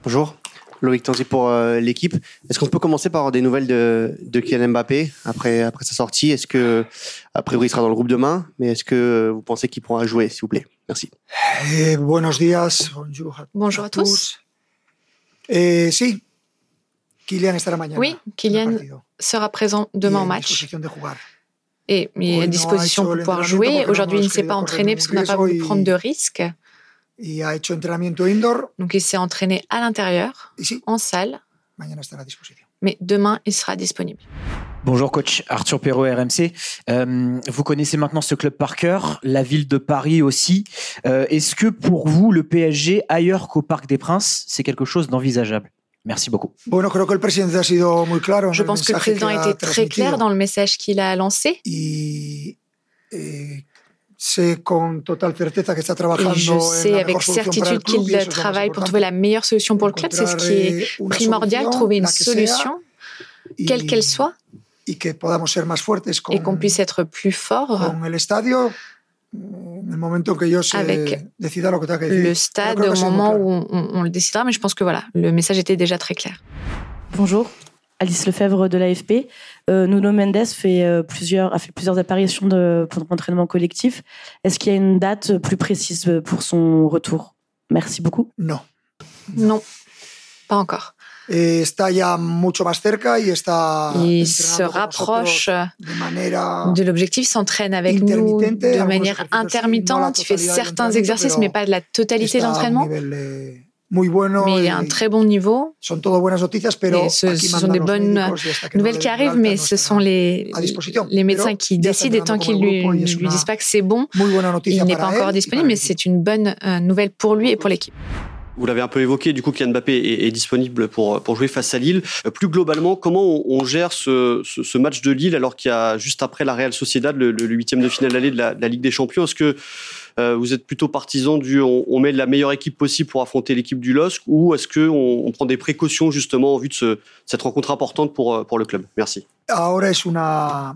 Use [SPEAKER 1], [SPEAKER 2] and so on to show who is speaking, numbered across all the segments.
[SPEAKER 1] Bonjour, Loïc Tanzi pour l'équipe. Est-ce qu'on peut commencer par avoir des nouvelles de Kylian Mbappé après sa sortie? Est-ce que, a priori, il sera dans le groupe demain, mais est-ce que vous pensez qu'il pourra jouer, s'il vous plaît? Merci.
[SPEAKER 2] Buenos días,
[SPEAKER 3] bonjour à tous.
[SPEAKER 2] Sí, Kylian estará mañana.
[SPEAKER 3] Oui, Kylian sera présent demain au match. Et il est à disposition pour pouvoir jouer. Aujourd'hui, il ne s'est pas entraîné parce qu'on n'a pas voulu prendre de risques. Donc, il s'est entraîné à l'intérieur, en salle. Mais demain, il sera disponible.
[SPEAKER 4] Bonjour coach, Arthur Perrault, RMC. Vous connaissez maintenant ce club par cœur, la ville de Paris aussi. Est-ce que pour vous, le PSG, ailleurs qu'au Parc des Princes, c'est quelque chose d'envisageable? Merci beaucoup.
[SPEAKER 3] Je pense que le président a été très clair dans le message qu'il a lancé. Et je sais avec certitude qu'il travaille pour trouver la meilleure solution pour le club. C'est ce qui est primordial, trouver une solution, quelle qu'elle soit, et qu'on puisse être plus fort avec le stade au moment où on le décidera. Mais je pense que voilà, le message était déjà très clair.
[SPEAKER 5] Bonjour. Alice Lefebvre de l'AFP. Nuno Mendes a fait plusieurs apparitions pour l'entraînement collectif. Est-ce qu'il y a une date plus précise pour son retour? Merci beaucoup.
[SPEAKER 2] Non,
[SPEAKER 3] pas encore. Il se rapproche de l'objectif, s'entraîne avec nous de manière intermittente. Il fait certains exercices, mais pas de la totalité d'entraînement. Mais il a un très bon niveau. Et ce sont des bonnes nouvelles qui arrivent, mais ce sont les médecins qui décident, et tant qu'ils ne lui disent pas que c'est bon, il n'est pas encore disponible, mais c'est une bonne nouvelle pour lui et pour l'équipe.
[SPEAKER 1] Vous l'avez un peu évoqué, du coup, Kylian Mbappé est disponible pour jouer face à Lille. Plus globalement, comment on gère ce match de Lille alors qu'il y a juste après la Real Sociedad, le huitième de finale aller de la Ligue des Champions? Est-ce que vous êtes plutôt partisan on met la meilleure équipe possible pour affronter l'équipe du LOSC, ou est-ce qu'on prend des précautions justement en vue de cette rencontre importante pour le club? Merci.
[SPEAKER 2] Alors là, c'est un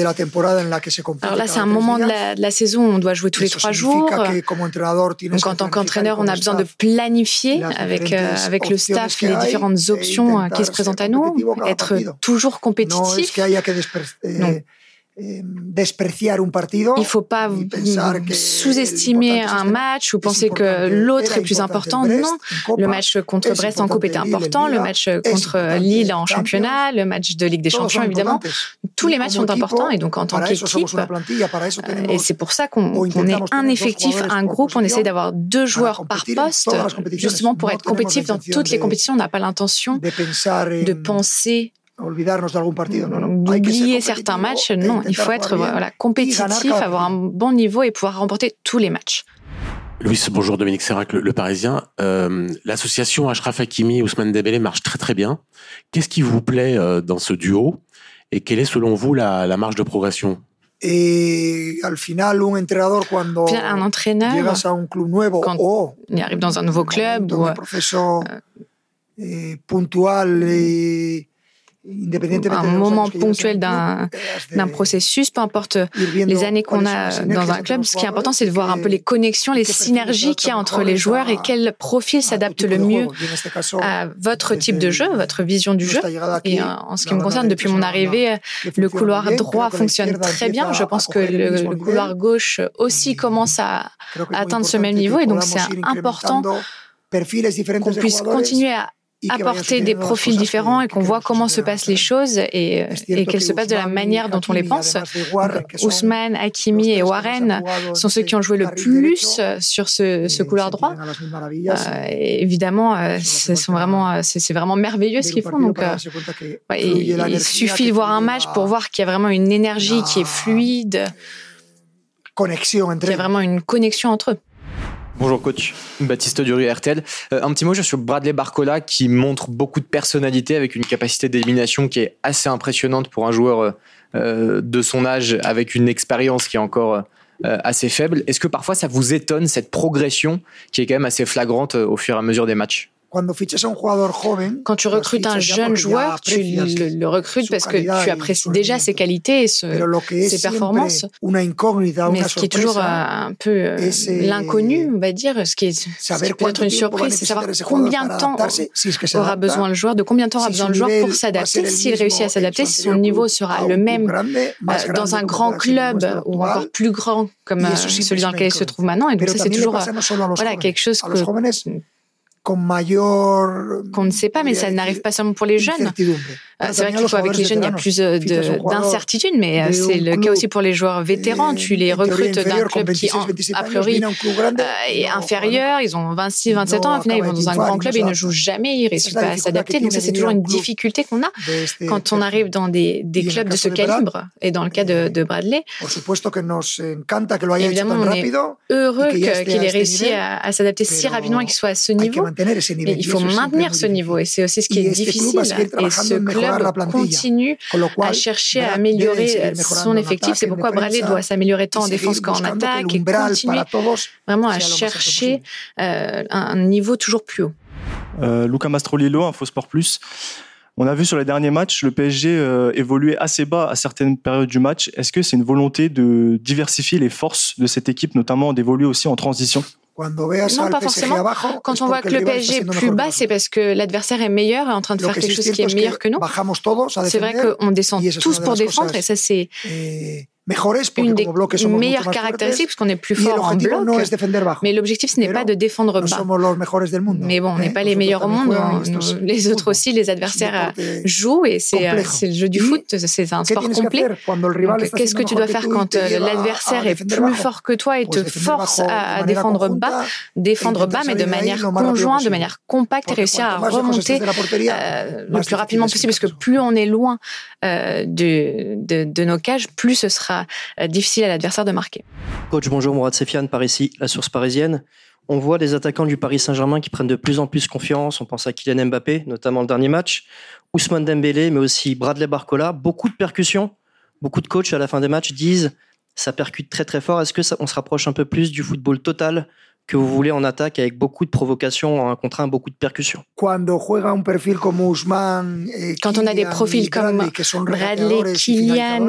[SPEAKER 3] moment de la saison où on doit jouer tous les 3 jours. Donc, en tant qu'entraîneur, on a besoin de planifier avec le staff les différentes options qui se présentent à nous, être toujours compétitif. Donc, il ne faut pas sous-estimer un match ou penser que l'autre est plus important. Non, le match contre Brest en Coupe était important, le match contre Lille en championnat, le match de Ligue des Champions, évidemment. Tous les matchs sont importants, et donc en tant qu'équipe, et c'est pour ça qu'on est un effectif, un groupe, on essaie d'avoir 2 joueurs par poste, justement pour être compétitif dans toutes les compétitions. On n'a pas l'intention de penser d'oublier certains matchs. Non, il faut être compétitif, avoir un bon niveau et pouvoir remporter tous les matchs.
[SPEAKER 6] Louis, bonjour, Dominique Sérac, le Parisien. L'association Achraf Hakimi et Ousmane Dembélé marche très très bien. Qu'est-ce qui vous plaît dans ce duo, et quelle est selon vous la marge de progression?
[SPEAKER 2] Un entraîneur,
[SPEAKER 3] quand il arrive dans un nouveau club, ou un moment ponctuel d'un processus, peu importe les années qu'on a dans un club, ce qui est important, c'est de voir un peu les connexions, les synergies qu'il y a entre les joueurs et quel profil s'adapte le mieux à votre type de jeu, votre vision du jeu. Et en ce qui me concerne, depuis mon arrivée, le couloir droit fonctionne très bien. Je pense que le couloir gauche aussi commence à atteindre ce même niveau, et donc c'est important qu'on puisse continuer à apporter des profils différents et qu'on voit comment se passent les choses et qu'elles se passent de la manière dont on les pense. Donc, Ousmane, Hakimi et Warren sont ceux qui ont joué le plus sur ce couloir droit. Évidemment, c'est vraiment merveilleux ce qu'ils font. Donc, il suffit de voir un match pour voir qu'il y a vraiment une énergie qui est fluide, qu'il y a vraiment une connexion entre eux.
[SPEAKER 7] Bonjour coach, Baptiste Dury, RTL. Un petit mot sur Bradley Barcola qui montre beaucoup de personnalité avec une capacité d'élimination qui est assez impressionnante pour un joueur de son âge avec une expérience qui est encore assez faible. Est-ce que parfois ça vous étonne cette progression qui est quand même assez flagrante au fur et à mesure des matchs?
[SPEAKER 3] Quand tu recrutes un jeune joueur, tu le recrutes parce que tu apprécies déjà ses qualités et ses performances. Mais ce qui est toujours un peu l'inconnu, on va dire, ce qui peut être une surprise, c'est savoir combien de temps aura besoin le joueur, de combien de temps aura besoin le joueur pour s'adapter. S'il réussit à s'adapter, si son niveau sera le même dans un grand club ou encore plus grand comme celui dans lequel il se trouve maintenant. Et donc ça, c'est toujours quelque chose qu'on ne sait pas, mais ça n'arrive pas seulement pour les jeunes. C'est vrai qu'il faut, avec les jeunes, il y a plus d'incertitudes, mais c'est le cas aussi pour les joueurs vétérans. Tu les recrutes d'un club qui, a priori, est inférieur. Ils ont 26, 27 ans. Au final, ils vont dans un grand club et ils ne jouent jamais. Ils ne réussissent pas à s'adapter. Donc ça, c'est toujours une difficulté qu'on a quand on arrive dans des clubs de ce calibre. Et dans le cas de Bradley, évidemment, on est heureux qu'il ait réussi à s'adapter si rapidement et qu'il soit à ce niveau. Mais il faut maintenir ce niveau. Et c'est aussi ce qui est difficile. Et ce club continue à chercher à améliorer son effectif. C'est pourquoi Bradley doit s'améliorer tant en défense qu'en attaque et continuer vraiment à chercher un niveau toujours plus haut.
[SPEAKER 8] Luca Mastrolillo, InfoSport Plus. On a vu sur les derniers matchs le PSG évoluer assez bas à certaines périodes du match. Est-ce que c'est une volonté de diversifier les forces de cette équipe, notamment d'évoluer aussi en transition ?
[SPEAKER 3] Non, pas forcément. Quand on voit que le PSG est plus bas, c'est parce que l'adversaire est meilleur, est en train de faire quelque chose qui est meilleur que nous. C'est vrai qu'on descend tous pour défendre, et ça, c'est une des meilleures caractéristiques, parce qu'on est plus fort en bloc. Mais l'objectif, ce n'est pas de défendre bas. Mais bon, on n'est pas les meilleurs au monde. Les autres aussi, les adversaires jouent, et c'est le jeu du foot. C'est un sport complet. Donc, qu'est-ce que tu dois faire quand l'adversaire est plus fort que toi et te force à défendre bas, mais de manière conjointe, de manière compacte, et réussir à remonter le plus rapidement possible, parce que plus on est loin de nos cages, plus ce sera difficile à l'adversaire de marquer.
[SPEAKER 9] Coach, bonjour, Mourad Sefiane par ici, la source parisienne. On voit les attaquants du Paris Saint-Germain qui prennent de plus en plus confiance. On pense à Kylian Mbappé, notamment le dernier match, Ousmane Dembélé, mais aussi Bradley Barcola. Beaucoup de percussions, beaucoup de coachs à la fin des matchs disent ça percute très très fort. Est-ce que on se rapproche un peu plus du football total que vous voulez en attaque, avec beaucoup de provocations en un contre un, beaucoup de percussions?
[SPEAKER 3] Quand on a des profils comme Bradley, Kylian,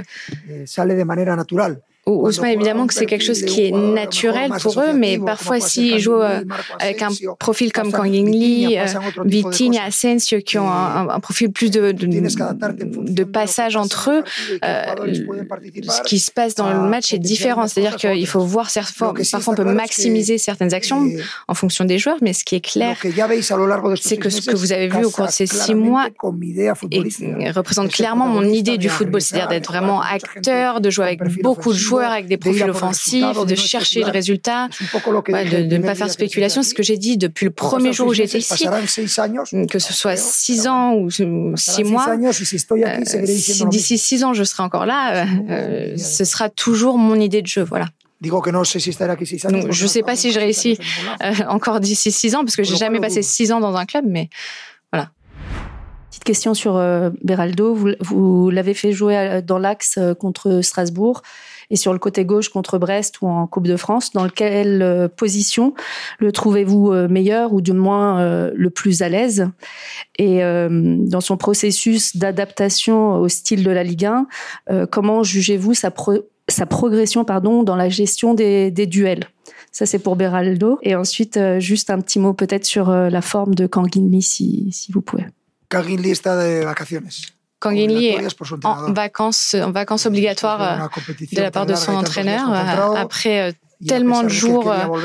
[SPEAKER 3] ou Ousmane, évidemment que c'est quelque chose qui est naturel pour eux, mais parfois s'ils jouent avec un profil comme Kang-in Lee, Vitinha, Asensio, qui ont un profil plus de passage entre eux, ce qui se passe dans le match est différent. C'est-à-dire qu'il faut voir, parfois on peut maximiser certaines actions en fonction des joueurs, mais ce qui est clair, c'est que ce que vous avez vu au cours de ces 6 mois représente clairement mon idée du football, c'est-à-dire d'être vraiment acteur, de jouer avec beaucoup de joueurs, avec des profils offensifs, de chercher le résultat, de ne pas faire spéculation. C'est ce que j'ai dit depuis le premier jour où j'étais ici, que ce soit 6 ans ou 6 mois. Si d'ici 6 ans je serai encore là, ce sera toujours mon idée de jeu. Voilà. Donc, je ne sais pas si je réussis encore d'ici 6 ans, parce que je n'ai jamais passé 6 ans dans un club, mais voilà.
[SPEAKER 5] Petite question sur Beraldo. Vous l'avez fait jouer dans l'axe contre Strasbourg et sur le côté gauche contre Brest ou en Coupe de France. Dans quelle position le trouvez-vous meilleur ou du moins le plus à l'aise? Et dans son processus d'adaptation au style de la Ligue 1, comment jugez-vous sa progression dans la gestion des duels? Ça, c'est pour Beraldo. Et ensuite, juste un petit mot peut-être sur la forme de Kang-in Lee, si vous pouvez.
[SPEAKER 2] Kang-in Lee está de vacaciones.
[SPEAKER 3] Kang-in Lee est en vacances obligatoires de la part de son entraîneur après tellement de jours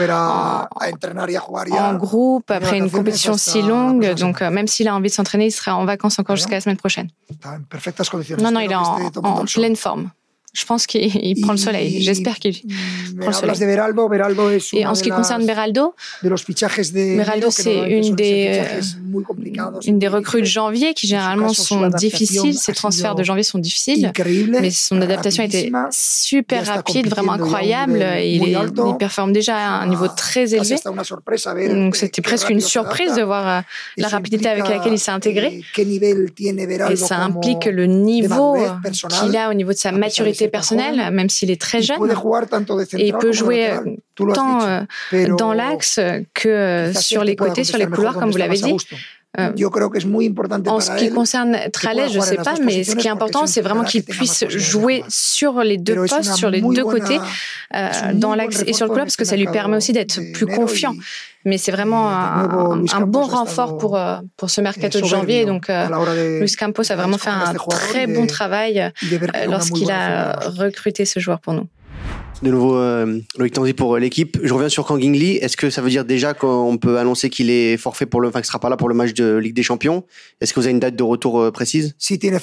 [SPEAKER 3] en groupe, après une compétition si longue. Donc, même s'il a envie de s'entraîner, il sera en vacances encore jusqu'à la semaine prochaine. Non, il est en pleine forme. Je pense qu'il prend le soleil. J'espère qu'il prend le soleil. Et en ce qui concerne Beraldo, c'est une des recrues de janvier qui généralement sont difficiles. Ces transferts de janvier sont difficiles, mais son adaptation a été super rapide, vraiment incroyable. Il performe déjà à un niveau très élevé. Donc c'était presque une surprise de voir la rapidité avec laquelle il s'est intégré. Et ça implique le niveau qu'il a au niveau de sa maturité personnel, même s'il est très jeune. Et il peut jouer tant dans l'axe que sur les côtés, sur les couloirs, comme vous l'avez dit. En ce qui concerne Tralles, je ne sais pas, mais ce qui est important, c'est vraiment qu'il puisse jouer sur les deux postes, sur les deux côtés, dans l'axe et sur le couloir, parce que ça lui permet aussi d'être plus confiant. Mais c'est vraiment un bon renfort pour ce mercato de janvier. Donc, Luis Campos a vraiment fait un très bon travail lorsqu'il a recruté ce joueur pour nous.
[SPEAKER 10] De nouveau, Loïc Tanzi pour l'équipe. Je reviens sur Kang In Lee. Est-ce que ça veut dire déjà qu'on peut annoncer qu'il est forfait qu'il ne sera pas là pour le match de Ligue des Champions? Est-ce que vous avez une date de retour précise?
[SPEAKER 2] Oui, il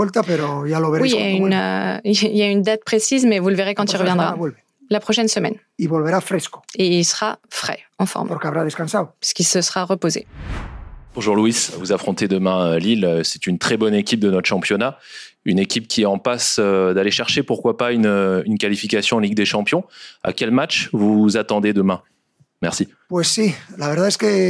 [SPEAKER 3] y a une date précise, mais vous le verrez quand il reviendra. La prochaine semaine. Et il sera frais, en forme, puisqu'il se sera reposé.
[SPEAKER 11] Bonjour Luis, vous affrontez demain Lille. C'est une très bonne équipe de notre championnat. Une équipe qui est en passe d'aller chercher, pourquoi pas, une qualification en Ligue des Champions. À quel match vous attendez demain? Merci.
[SPEAKER 2] Oui, c'est vrai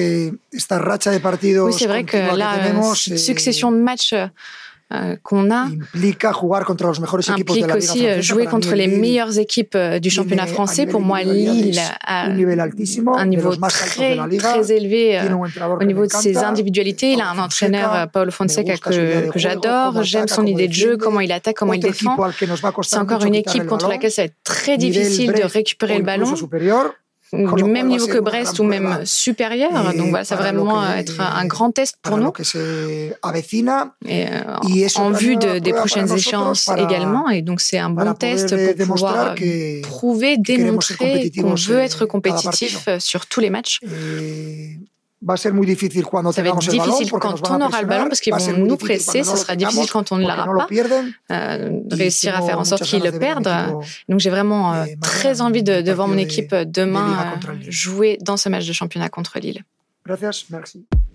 [SPEAKER 3] que la succession de matchs qu'on a implique aussi jouer contre les meilleures équipes du championnat français. Pour moi, Lille a un niveau très élevé au niveau de ses individualités. Il a un entraîneur, Paulo Fonseca, que j'adore. J'aime son idée de jeu, comment il attaque, comment il défend. C'est encore une équipe contre laquelle ça va être très difficile de récupérer le ballon. Du même niveau que Brest ou même supérieur. Donc voilà, ça va vraiment être un grand test pour nous. Et en vue des prochaines échéances également. Et donc c'est un bon test pour pouvoir prouver, démontrer qu'on veut être compétitif sur tous les matchs. Ça va être difficile quand on aura le ballon parce qu'ils vont nous presser. Ce sera difficile quand on ne l'aura pas de réussir à faire en sorte qu'ils le perdent. Donc j'ai vraiment très envie de voir mon équipe demain jouer dans ce match de championnat contre Lille.
[SPEAKER 2] Merci.